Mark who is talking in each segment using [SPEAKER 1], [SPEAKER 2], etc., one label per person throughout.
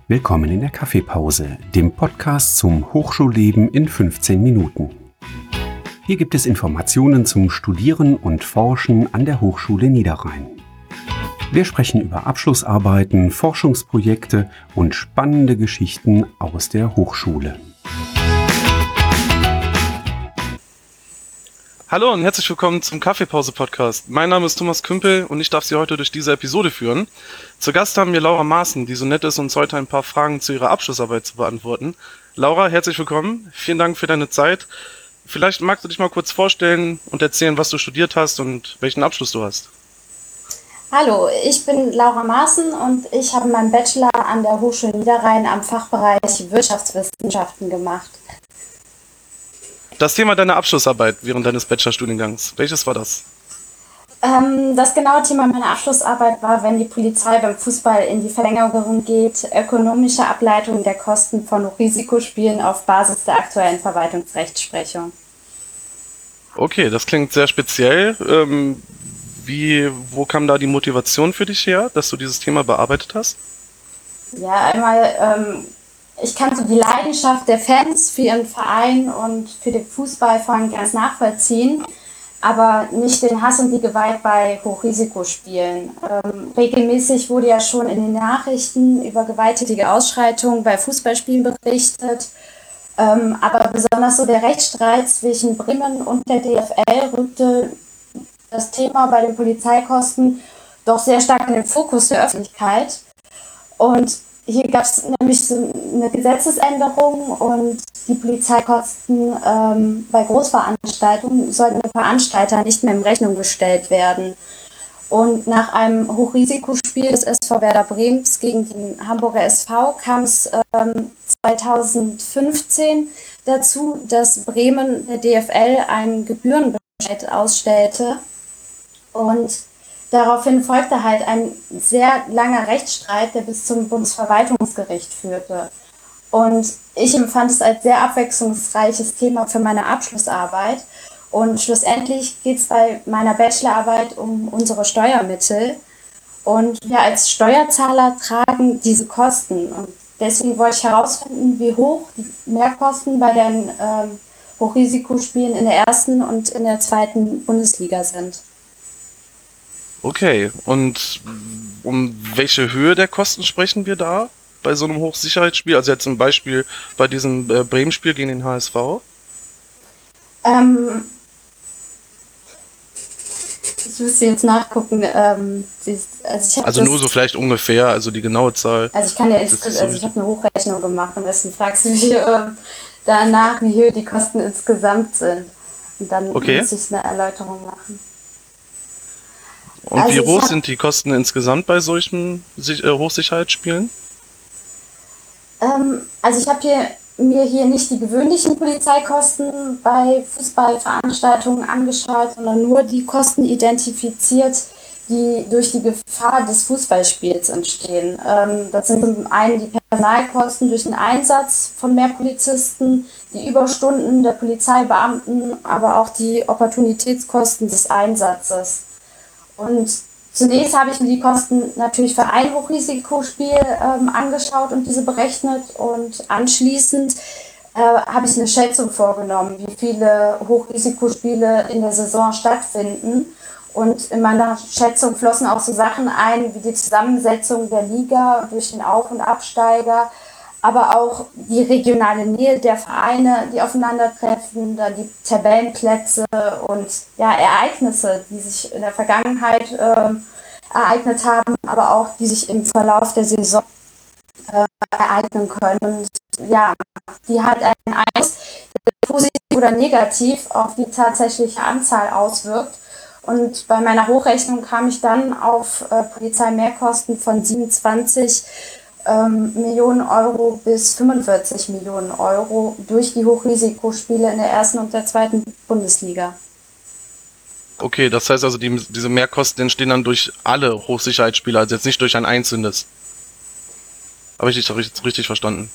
[SPEAKER 1] Willkommen in der Kaffeepause, dem Podcast zum Hochschulleben in 15 Minuten. Hier gibt es Informationen zum Studieren und Forschen an der Hochschule Niederrhein. Wir sprechen über Abschlussarbeiten, Forschungsprojekte und spannende Geschichten aus der Hochschule.
[SPEAKER 2] Hallo und herzlich willkommen zum Kaffeepause-Podcast. Mein Name ist Thomas Kümpel und ich darf Sie heute durch diese Episode führen. Zu Gast haben wir Laura Maaßen, die so nett ist, uns heute ein paar Fragen zu ihrer Abschlussarbeit zu beantworten. Laura, herzlich willkommen. Vielen Dank für deine Zeit. Vielleicht magst du dich mal kurz vorstellen und erzählen, was du studiert hast und welchen Abschluss du hast.
[SPEAKER 3] Hallo, ich bin Laura Maaßen und ich habe meinen Bachelor an der Hochschule Niederrhein am Fachbereich Wirtschaftswissenschaften gemacht.
[SPEAKER 2] Das Thema deiner Abschlussarbeit während deines Bachelorstudiengangs, welches war das?
[SPEAKER 3] Das genaue Thema meiner Abschlussarbeit war, wenn die Polizei beim Fußball in die Verlängerung geht, ökonomische Ableitung der Kosten von Risikospielen auf Basis der aktuellen Verwaltungsrechtsprechung.
[SPEAKER 2] Okay, das klingt sehr speziell. Wo kam da die Motivation für dich her, dass du dieses Thema bearbeitet hast?
[SPEAKER 3] Ja, einmal, ich kann so die Leidenschaft der Fans für ihren Verein und für den Fußball vor allem ganz nachvollziehen, aber nicht den Hass und die Gewalt bei Hochrisikospielen. Regelmäßig wurde ja schon in den Nachrichten über gewalttätige Ausschreitungen bei Fußballspielen berichtet, aber besonders so der Rechtsstreit zwischen Bremen und der DFL rückte das Thema bei den Polizeikosten doch sehr stark in den Fokus der Öffentlichkeit. Und hier gab es nämlich so eine Gesetzesänderung und die Polizeikosten bei Großveranstaltungen sollten den Veranstaltern nicht mehr in Rechnung gestellt werden. Und nach einem Hochrisikospiel des SV Werder Brems gegen den Hamburger SV kam es 2015 dazu, dass Bremen der DFL einen Gebührenbescheid ausstellte. Und daraufhin folgte halt ein sehr langer Rechtsstreit, der bis zum Bundesverwaltungsgericht führte. Und ich empfand es als sehr abwechslungsreiches Thema für meine Abschlussarbeit. Und schlussendlich geht es bei meiner Bachelorarbeit um unsere Steuermittel. Und wir als Steuerzahler tragen diese Kosten. Und deswegen wollte ich herausfinden, wie hoch die Mehrkosten bei den Hochrisikospielen in der ersten und in der zweiten Bundesliga sind.
[SPEAKER 2] Okay, und um welche Höhe der Kosten sprechen wir da bei so einem Hochsicherheitsspiel? Also jetzt zum Beispiel bei diesem Bremen-Spiel gegen den HSV?
[SPEAKER 3] Ich müsste jetzt nachgucken.
[SPEAKER 2] Also nur so vielleicht ungefähr, also die genaue Zahl.
[SPEAKER 3] Also ich kann ja jetzt, ich habe eine Hochrechnung gemacht, am besten fragst du mich danach, wie hoch die Kosten insgesamt sind. Und dann muss ich eine Erläuterung machen.
[SPEAKER 2] Und also wie hoch sind die Kosten insgesamt bei solchen Hochsicherheitsspielen?
[SPEAKER 3] Also ich habe mir hier nicht die gewöhnlichen Polizeikosten bei Fußballveranstaltungen angeschaut, sondern nur die Kosten identifiziert, die durch die Gefahr des Fußballspiels entstehen. Das sind zum einen die Personalkosten durch den Einsatz von mehr Polizisten, die Überstunden der Polizeibeamten, aber auch die Opportunitätskosten des Einsatzes. Und zunächst habe ich mir die Kosten natürlich für ein Hochrisikospiel angeschaut und diese berechnet. Und anschließend habe ich eine Schätzung vorgenommen, wie viele Hochrisikospiele in der Saison stattfinden. Und in meiner Schätzung flossen auch so Sachen ein, wie die Zusammensetzung der Liga durch den Auf- und Absteiger, aber auch die regionale Nähe der Vereine, die aufeinandertreffen, dann die Tabellenplätze und ja, Ereignisse, die sich in der Vergangenheit ereignet haben, aber auch die sich im Verlauf der Saison ereignen können. Und ja, die halt einen Einfluss, positiv oder negativ, auf die tatsächliche Anzahl auswirkt. Und bei meiner Hochrechnung kam ich dann auf Polizeimehrkosten von 27 Millionen Euro bis 45 Millionen Euro durch die Hochrisikospiele in der ersten und der zweiten Bundesliga.
[SPEAKER 2] Okay, das heißt also, diese Mehrkosten entstehen dann durch alle Hochsicherheitsspiele, also jetzt nicht durch ein einzelnes. Habe ich dich doch richtig verstanden?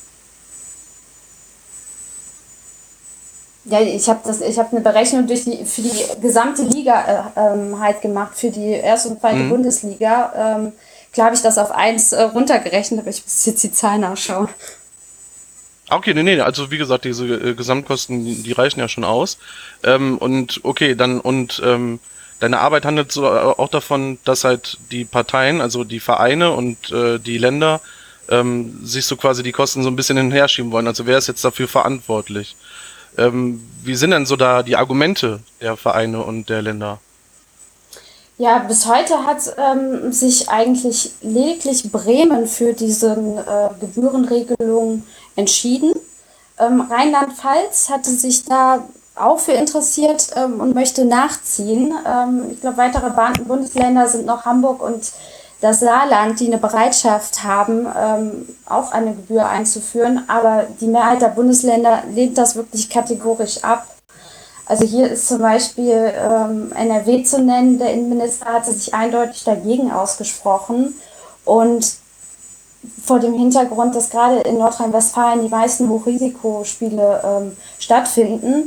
[SPEAKER 3] Ja, ich habe eine Berechnung für die gesamte Liga halt gemacht, für die erste und zweite Bundesliga. Klar habe ich das auf 1 runtergerechnet, aber ich muss jetzt die Zahl nachschauen.
[SPEAKER 2] Okay, nee, also wie gesagt, diese Gesamtkosten, die reichen ja schon aus. Und okay, deine Arbeit handelt so auch davon, dass halt die Parteien, also die Vereine und die Länder sich so quasi die Kosten so ein bisschen hinterher schieben wollen. Also wer ist jetzt dafür verantwortlich? Wie sind denn so da die Argumente der Vereine und der Länder?
[SPEAKER 3] Ja, bis heute hat sich eigentlich lediglich Bremen für diese Gebührenregelung entschieden. Rheinland-Pfalz hatte sich da auch für interessiert und möchte nachziehen. Ich glaube, weitere Bundesländer sind noch Hamburg und das Saarland, die eine Bereitschaft haben, auch eine Gebühr einzuführen. Aber die Mehrheit der Bundesländer lehnt das wirklich kategorisch ab. Also hier ist zum Beispiel NRW zu nennen. Der Innenminister hatte sich eindeutig dagegen ausgesprochen. Und vor dem Hintergrund, dass gerade in Nordrhein-Westfalen die meisten Hochrisikospiele stattfinden,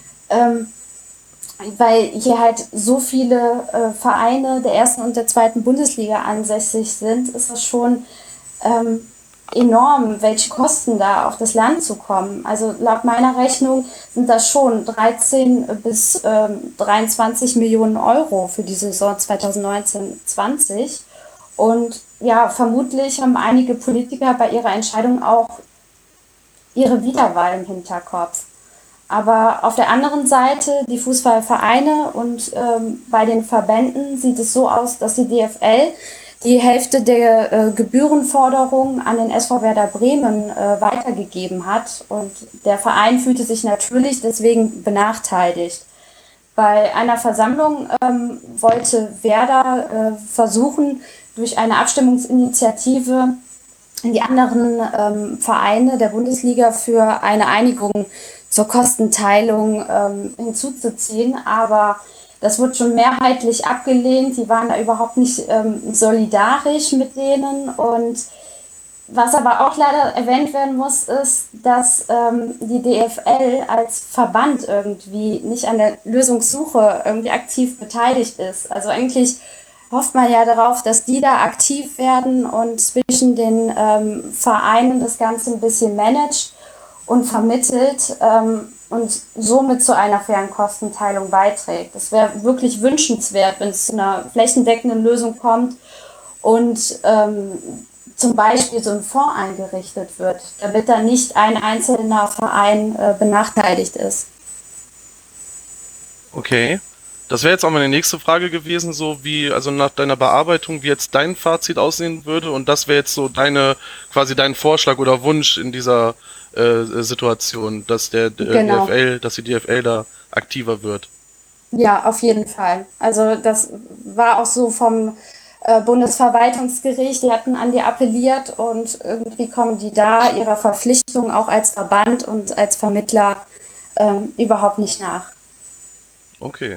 [SPEAKER 3] weil hier halt so viele Vereine der ersten und der zweiten Bundesliga ansässig sind, ist es schon enorm, welche Kosten da auf das Land zukommen. Also laut meiner Rechnung sind das schon 13 bis 23 Millionen Euro für die Saison 2019-20. Und ja, vermutlich haben einige Politiker bei ihrer Entscheidung auch ihre Wiederwahl im Hinterkopf. Aber auf der anderen Seite, die Fußballvereine und bei den Verbänden sieht es so aus, dass die DFL die Hälfte der Gebührenforderung an den SV Werder Bremen weitergegeben hat. Und der Verein fühlte sich natürlich deswegen benachteiligt. Bei einer Versammlung wollte Werder versuchen, durch eine Abstimmungsinitiative die anderen Vereine der Bundesliga für eine Einigung zur Kostenteilung hinzuzuziehen. Aber das wurde schon mehrheitlich abgelehnt. Die waren da überhaupt nicht solidarisch mit denen. Und was aber auch leider erwähnt werden muss, ist, dass die DFL als Verband irgendwie nicht an der Lösungssuche irgendwie aktiv beteiligt ist. Also eigentlich hofft man ja darauf, dass die da aktiv werden und zwischen den Vereinen das Ganze ein bisschen managt und vermittelt und somit zu einer fairen Kostenteilung beiträgt. Das wäre wirklich wünschenswert, wenn es zu einer flächendeckenden Lösung kommt und zum Beispiel so ein Fonds eingerichtet wird, damit da nicht ein einzelner Verein benachteiligt ist.
[SPEAKER 2] Okay. Das wäre jetzt auch meine nächste Frage gewesen, so wie, also nach deiner Bearbeitung, wie jetzt dein Fazit aussehen würde, und das wäre jetzt so quasi dein Vorschlag oder Wunsch in dieser Situation, dass
[SPEAKER 3] Genau.
[SPEAKER 2] dass die DFL da aktiver wird.
[SPEAKER 3] Ja, auf jeden Fall. Also das war auch so vom Bundesverwaltungsgericht, die hatten an die appelliert und irgendwie kommen die da ihrer Verpflichtung auch als Verband und als Vermittler überhaupt nicht nach.
[SPEAKER 2] Okay.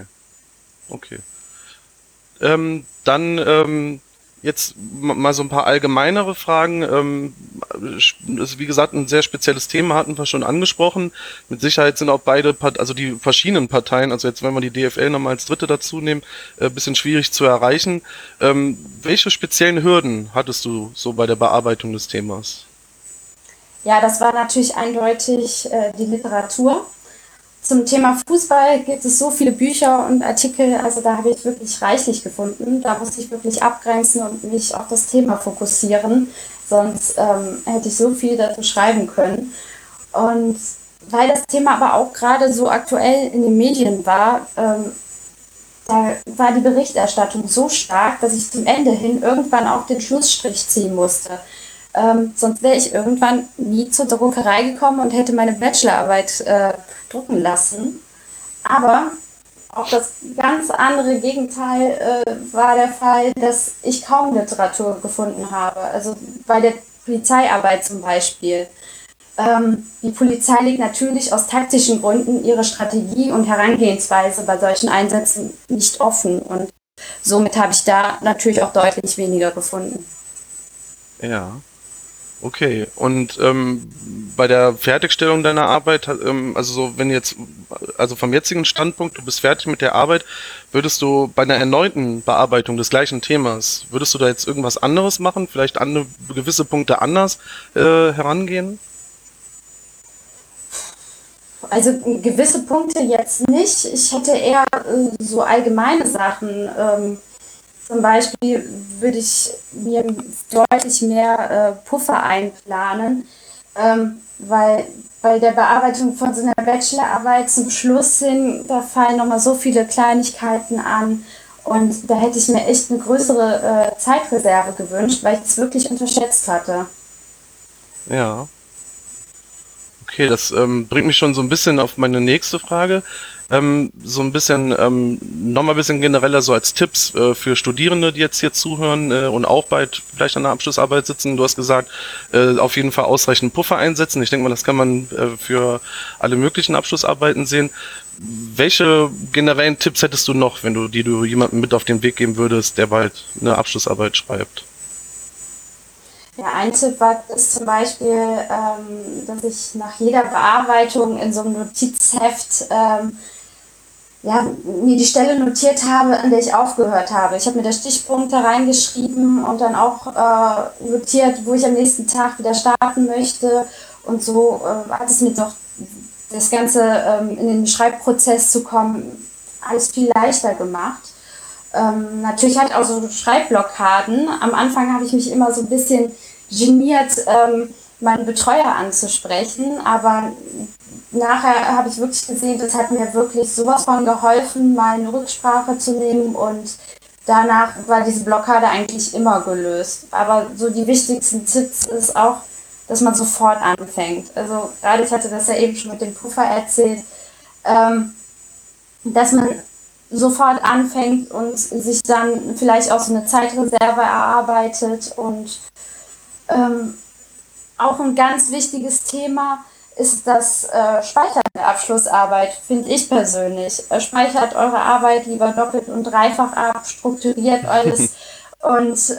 [SPEAKER 2] Dann jetzt mal so ein paar allgemeinere Fragen. Das ist wie gesagt ein sehr spezielles Thema, hatten wir schon angesprochen. Mit Sicherheit sind auch also die verschiedenen Parteien, also jetzt wenn wir die DFL nochmal als dritte dazu nehmen, ein bisschen schwierig zu erreichen. Welche speziellen Hürden hattest du so bei der Bearbeitung des Themas?
[SPEAKER 3] Ja, das war natürlich eindeutig die Literatur. Zum Thema Fußball gibt es so viele Bücher und Artikel, also da habe ich wirklich reichlich gefunden. Da musste ich wirklich abgrenzen und mich auf das Thema fokussieren, sonst hätte ich so viel dazu schreiben können. Und weil das Thema aber auch gerade so aktuell in den Medien war, da war die Berichterstattung so stark, dass ich zum Ende hin irgendwann auch den Schlussstrich ziehen musste. Sonst wäre ich irgendwann nie zur Druckerei gekommen und hätte meine Bachelorarbeit drucken lassen. Aber auch das ganz andere Gegenteil war der Fall, dass ich kaum Literatur gefunden habe. Also bei der Polizeiarbeit zum Beispiel. Die Polizei legt natürlich aus taktischen Gründen ihre Strategie und Herangehensweise bei solchen Einsätzen nicht offen. Und somit habe ich da natürlich auch deutlich weniger gefunden.
[SPEAKER 2] Ja. Okay, und bei der Fertigstellung deiner Arbeit, also so, wenn jetzt, also vom jetzigen Standpunkt, du bist fertig mit der Arbeit, würdest du bei einer erneuten Bearbeitung des gleichen Themas, würdest du da jetzt irgendwas anderes machen, vielleicht an gewisse Punkte anders herangehen?
[SPEAKER 3] Also gewisse Punkte jetzt nicht. Ich hätte eher so allgemeine Sachen. Zum Beispiel würde ich mir deutlich mehr Puffer einplanen, weil bei der Bearbeitung von so einer Bachelorarbeit zum Schluss hin, da fallen nochmal so viele Kleinigkeiten an. Und da hätte ich mir echt eine größere Zeitreserve gewünscht, weil ich es wirklich unterschätzt hatte.
[SPEAKER 2] Ja. Okay, das bringt mich schon so ein bisschen auf meine nächste Frage. So ein bisschen, nochmal ein bisschen genereller so als Tipps für Studierende, die jetzt hier zuhören und auch bald vielleicht an der Abschlussarbeit sitzen. Du hast gesagt, auf jeden Fall ausreichend Puffer einsetzen. Ich denke mal, das kann man für alle möglichen Abschlussarbeiten sehen. Welche generellen Tipps hättest du noch, die du jemandem mit auf den Weg geben würdest, der bald eine Abschlussarbeit schreibt?
[SPEAKER 3] Ja, ein Tipp ist zum Beispiel, dass ich nach jeder Bearbeitung in so einem Notizheft ja, mir die Stelle notiert habe, an der ich aufgehört habe. Ich habe mir da Stichpunkte reingeschrieben und dann auch notiert, wo ich am nächsten Tag wieder starten möchte. Und so hat es mir doch das Ganze in den Schreibprozess zu kommen alles viel leichter gemacht. Natürlich halt auch so Schreibblockaden. Am Anfang habe ich mich immer so ein bisschen geniert, meinen Betreuer anzusprechen, aber nachher habe ich wirklich gesehen, das hat mir wirklich sowas von geholfen, mal eine Rücksprache zu nehmen und danach war diese Blockade eigentlich immer gelöst. Aber so die wichtigsten Tipps ist auch, dass man sofort anfängt. Also gerade, ich hatte das ja eben schon mit dem Puffer erzählt, dass man sofort anfängt und sich dann vielleicht auch so eine Zeitreserve erarbeitet. Und auch ein ganz wichtiges Thema ist das Speichern der Abschlussarbeit, finde ich persönlich. Speichert eure Arbeit lieber doppelt und dreifach ab, strukturiert alles und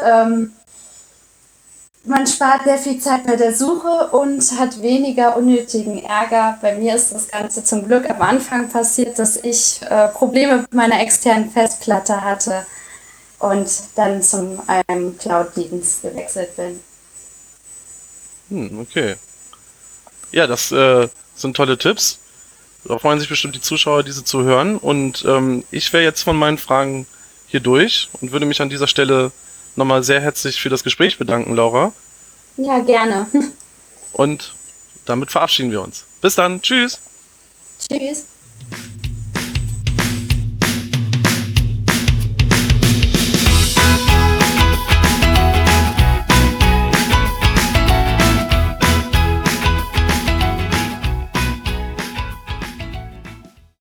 [SPEAKER 3] man spart sehr viel Zeit bei der Suche und hat weniger unnötigen Ärger. Bei mir ist das Ganze zum Glück am Anfang passiert, dass ich Probleme mit meiner externen Festplatte hatte und dann zum einem Cloud-Dienst gewechselt bin.
[SPEAKER 2] Okay. Ja, das sind tolle Tipps. Da freuen sich bestimmt die Zuschauer, diese zu hören. Und ich wäre jetzt von meinen Fragen hier durch und würde mich an dieser Stelle nochmal sehr herzlich für das Gespräch bedanken, Laura.
[SPEAKER 3] Ja, gerne.
[SPEAKER 2] Und damit verabschieden wir uns. Bis dann. Tschüss.
[SPEAKER 3] Tschüss.